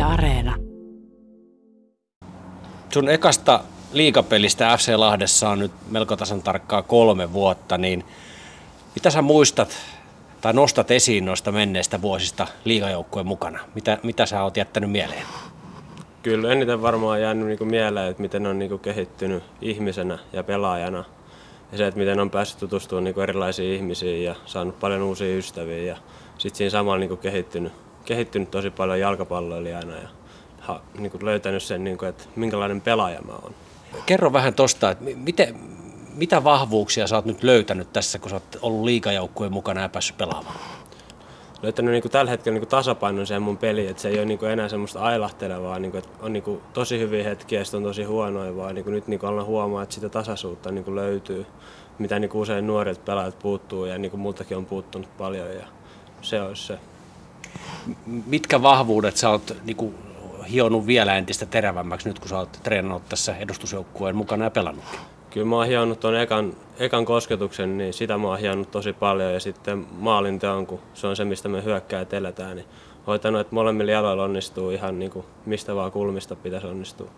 Areena. Sun ekasta liigapelistä FC Lahdessa on nyt melko tasan tarkkaa 3 vuotta, niin mitä sä muistat tai nostat esiin noista menneistä vuosista liigajoukkueen mukana? Mitä sä oot jättänyt mieleen? Kyllä eniten varmaan jäänyt mieleen, että miten on kehittynyt ihmisenä ja pelaajana. Ja se, että miten on päässyt tutustumaan erilaisiin ihmisiin ja saanut paljon uusia ystäviä. Ja sitten siinä samalla kehittynyt tosi paljon jalkapalloilijana ja löytänyt sen, että minkälainen pelaaja mä oon. Kerro vähän tosta, että mitä vahvuuksia sä oot nyt löytänyt tässä, kun sä oot ollut liigajoukkueen mukana ja päässyt pelaamaan? Löytänyt tällä hetkellä tasapainon siihen mun peliin, että se ei ole enää semmoista ailahtelevaa, että on tosi hyviä hetkiä ja sitten on tosi huonoja, vaan nyt ollaan huomaa, että sitä tasaisuutta löytyy, mitä usein nuorilta pelaajilta puuttuu ja multakin on puuttunut paljon ja se olisi se. Mitkä vahvuudet sä oot hionut vielä entistä terävämmäksi nyt, kun sä oot treenannut tässä edustusjoukkueen mukana ja pelannutkin? Kyllä mä oon hionut tuon ekan kosketuksen, niin sitä mä oon hionut tosi paljon ja sitten maalinteon, kun se on se, mistä me hyökkäät eletään, niin hoitanut, että molemmilla jaloilla onnistuu ihan mistä vaan kulmista pitäisi onnistua.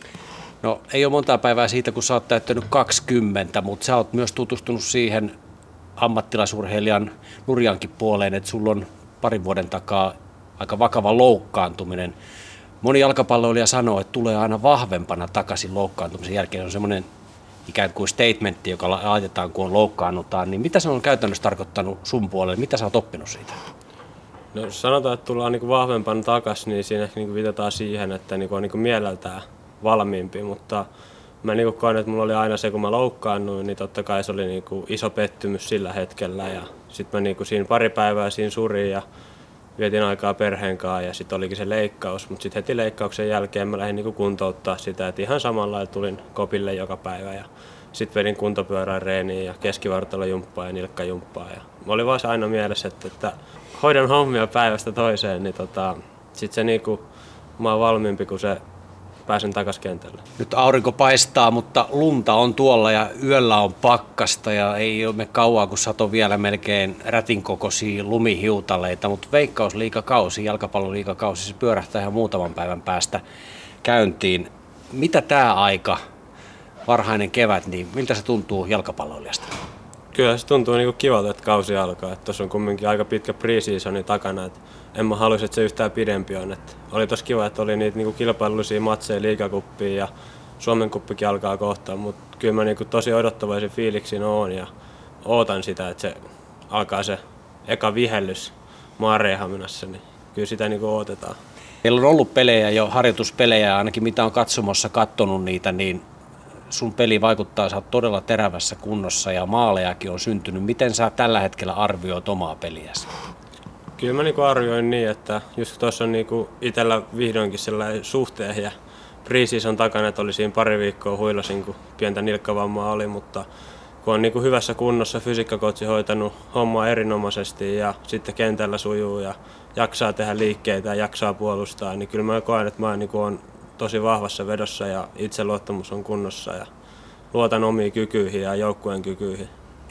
No ei ole montaa päivää siitä, kun sä oot täyttänyt 20, mutta sä oot myös tutustunut siihen ammattilaisurheilijan nurjankin puoleen, että sulla on 2 vuoden takaa aika vakava loukkaantuminen. Moni jalkapalloilija sanoo, että tulee aina vahvempana takaisin loukkaantumisen jälkeen. Se on semmoinen ikään kuin statementti, joka laitetaan, kun loukkaannutaan. Niin mitä se on käytännössä tarkoittanut sun puolelle? Mitä sä oot oppinut siitä? No sanotaan, että tullaan vaahvempana takaisin, niin siinä ehkä viitataan siihen, että on mieleltään valmiimpi. Mutta mä koen, että mulla oli aina se, kun mä loukkaannuin, niin totta kai se oli iso pettymys sillä hetkellä. Ja sitten mä siinä 2 päivää siinä surin ja vietin aikaa perheen kanssa ja sitten olikin se leikkaus, mutta sitten heti leikkauksen jälkeen mä lähdin kuntouttamaan sitä, että ihan samalla lailla tulin kopille joka päivä ja sitten vedin kuntopyörään reeniin ja keskivartalojumppaa ja nilkkajumppaa ja oli vaan se aina mielessä, että hoidan hommia päivästä toiseen, niin sitten se mä oon valmiimpi, kun se pääsen takaisin kentälle. Nyt aurinko paistaa, mutta lunta on tuolla ja yöllä on pakkasta ja ei ole kauaa, kun sato vielä melkein rätin kokoisia lumihiutaleita, mutta veikkausliigakausi, jalkapalloliigakausi, se pyörähtää ihan muutaman päivän päästä käyntiin. Mitä tämä aika, varhainen kevät, niin miltä se tuntuu jalkapalloilijasta? Kyllä se tuntuu kivalta, että kausi alkaa. Tuossa on kumminkin aika pitkä pre-seasoni takana. En mä haluaisi, että se yhtään pidempi on. Oli tossa kiva, että oli niitä kilpailullisia matseja liigakuppiin ja Suomen kuppikin alkaa kohtaan. Mutta kyllä mä tosi odottavaisen fiiliksin oon ja ootan sitä, että se alkaa se eka vihellys Maarianhaminassa. Niin kyllä sitä odotetaan. Meillä on ollut pelejä jo, harjoituspelejä, ainakin mitä on katsomossa katsonut niitä, niin sun peli vaikuttaa, sä oot todella terävässä kunnossa ja maalejakin on syntynyt. Miten sä tällä hetkellä arvioit omaa peliäsi? Kyllä mä arvioin niin, että just tuossa on itsellä vihdoinkin sellainen suhteen ja pre-season takana, että oli siinä 2 viikkoa huilasin, kun pientä nilkkavammaa oli, mutta kun on hyvässä kunnossa, fysiikkakotsi hoitanut hommaa erinomaisesti ja sitten kentällä sujuu ja jaksaa tehdä liikkeitä ja jaksaa puolustaa, niin kyllä mä koen, että mä oon tosi vahvassa vedossa ja itseluottamus on kunnossa ja luotan omiin kykyihin ja joukkueen kykyihin.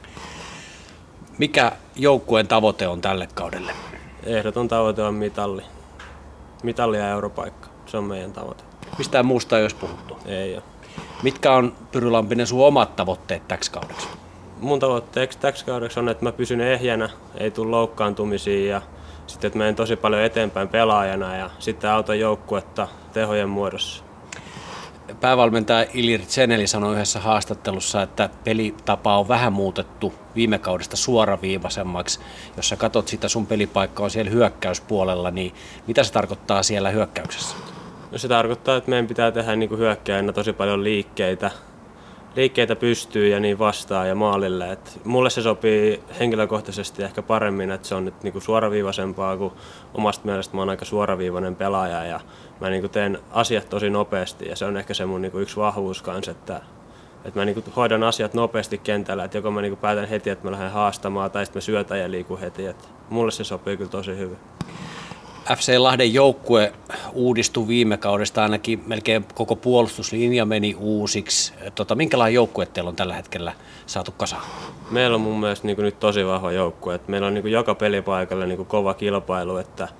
Mikä joukkueen tavoite on tälle kaudelle? Ehdoton tavoite on mitalli. Mitalli ja europaikka. Se on meidän tavoite. Mistään muusta ei olisi puhuttu? Ei ole. Mitkä on, Pyry Lampinen, sun omat tavoitteet täksi kaudeksi? Mun tavoitteeksi täksi kaudeksi on, että mä pysyn ehjänä, ei tule loukkaantumisia ja sitten, että menen tosi paljon eteenpäin pelaajana ja sitten autan joukkuetta tehojen muodossa. Päävalmentaja Ilir Tseneli sanoi yhdessä haastattelussa, että pelitapa on vähän muutettu viime kaudesta suoraviivaisemmaksi. Jos sä katot sitä, sun pelipaikka on siellä hyökkäyspuolella, niin mitä se tarkoittaa siellä hyökkäyksessä? No se tarkoittaa, että meidän pitää tehdä hyökkäjänä tosi paljon liikkeitä. Liikkeitä pystyy ja niin vastaan ja maalille. Et mulle se sopii henkilökohtaisesti ehkä paremmin, että se on nyt suoraviivaisempaa, kuin omasta mielestä mä oon aika suoraviivainen pelaaja ja mä teen asiat tosi nopeasti ja se on ehkä se mun yksi vahvuus kanssa, että mä hoidan asiat nopeasti kentällä, että joko mä päätän heti, että mä lähden haastamaan tai sitten mä syötän ja liikun heti. Et mulle se sopii kyllä tosi hyvin. FC Lahden joukkue uudistui viime kaudesta, ainakin melkein koko puolustuslinja meni uusiksi. Minkälainen joukkue teillä on tällä hetkellä saatu kasaan? Meillä on mun mielestä nyt tosi vahva joukkue. Meillä on joka pelipaikalla kova kilpailu, että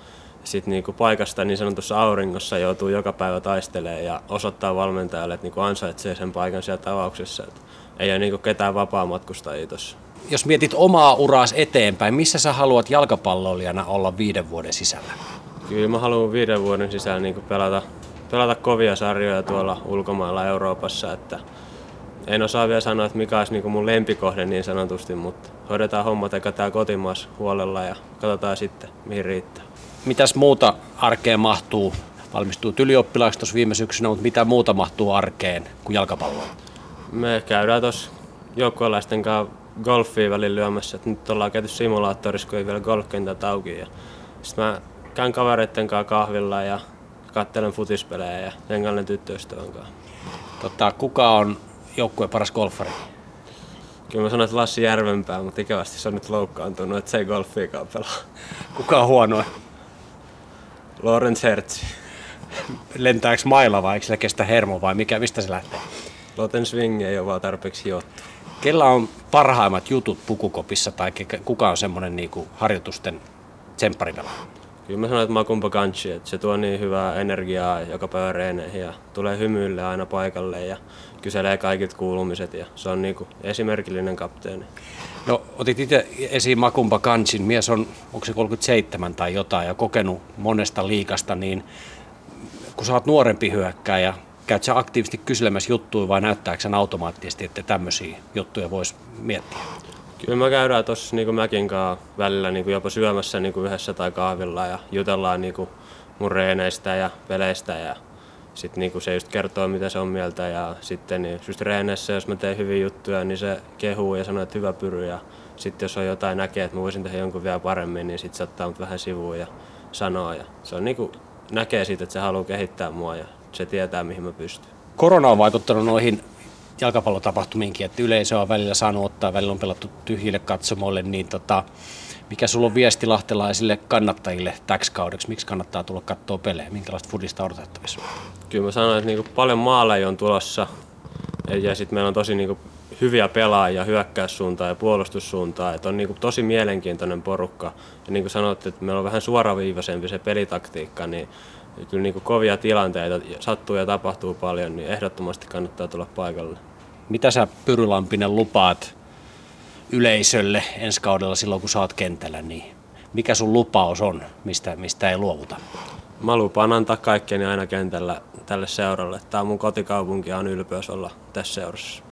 sitten niinku paikasta niin sanotussa auringossa joutuu joka päivä taistelemaan ja osoittaa valmentajalle, että niinku ansaitsee sen paikan siellä avauksessa. Et ei ole niinku ketään vapaamatkustajia tuossa. Jos mietit omaa uraas eteenpäin, missä sä haluat jalkapalloilijana olla 5 vuoden sisällä? Kyllä mä haluan 5 vuoden sisällä niinku pelata kovia sarjoja tuolla ulkomailla Euroopassa. Että en osaa vielä sanoa, että mikä olisi niinku mun lempikohde niin sanotusti, mutta hoidetaan hommat eka tää kotimaassa huolella ja katsotaan sitten mihin riittää. Mitäs muuta arkeen mahtuu? Valmistuu ylioppilaaksi tuossa viime syksynä, mutta mitä muuta mahtuu arkeen kuin jalkapalloa? Me käydään tuossa joukkuelaisten kanssa golfia välillä lyömässä. Et nyt ollaan käyty simulaattorissa, kun ei vielä golfkentät auki. Sitten mä käyn kavereitten kanssa kahvilla ja katselen futispelejä ja hengailen tyttöystävän kanssa. Kuka on joukkueen paras golfari? Kyllä mä sanoin, että Lassi Järvenpää, mutta ikävästi se on nyt loukkaantunut, että se ei golfiakaan pelaa. Kuka on huono? Lorenz Hertz. Lentääkö mailla vai eikö sillä kestä hermo vai mistä se lähtee? Loten swing ei ole vaan tarpeeksi hiottu. Kellä on parhaimmat jutut pukukopissa tai kuka on semmoinen niinku harjoitusten tsempparipelaaja? Kyllä mä sanoin, että Macumba Ganchi, että se tuo niin hyvää energiaa joka päivä reeneihin ja tulee hymyille aina paikalle ja kyselee kaikit kuulumiset ja se on niinku esimerkillinen kapteeni. No otit itse esiin Macumba Ganchin, mies on, onko se 37 tai jotain ja kokenut monesta liigasta, niin kun sä oot nuorempi hyökkääjä, käyt sä aktiivisesti kyselemässä juttuja vai näyttääkö sen automaattisesti, että tämmöisiä juttuja voisi miettiä? Kyllä me käydään tuossa niinku mäkin kanssa välillä niinku jopa syömässä niinku yhdessä tai kahvilla ja jutellaan niinku mun reeneistä ja peleistä ja sitten niinku se just kertoo mitä se on mieltä ja sitten niin just reeneissä jos mä teen hyviä juttuja niin se kehuu ja sanoo että hyvä pyry ja sitten jos on jotain näkee että mä voisin tehdä jonkun vielä paremmin niin sitten se ottaa mut vähän sivuun ja sanoo ja se on niinku näkee siitä että se haluaa kehittää mua ja se tietää mihin mä pystyn. Korona on vaikuttanut noihin jalkapallotapahtumiinkin, että yleisö on välillä saanut ottaa, välillä on pelattu tyhjille katsomoille, niin mikä sulla on viesti lahtelaisille kannattajille täksi kaudeksi? Miksi kannattaa tulla katsoa pelejä? Minkälaista fudista odotettavissa? Kyllä mä sanoin, että niinku paljon maaleja on tulossa ja sitten meillä on tosi niinku hyviä pelaajia hyökkäyssuuntaan ja puolustussuuntaan. Et on niinku tosi mielenkiintoinen porukka. Ja niin kuin sanoitte, että meillä on vähän suoraviivaisempi se pelitaktiikka, niin kyllä niinku kovia tilanteita sattuu ja tapahtuu paljon, niin ehdottomasti kannattaa tulla paikalle. Mitä sä Pyry Lampinen lupaat yleisölle ensi kaudella silloin, kun sä oot kentällä, niin mikä sun lupaus on, mistä ei luovuta? Mä lupaan antaa kaikkeni aina kentällä tälle seuralle. Tää on mun kotikaupunki ja on ylpeys olla tässä seurassa.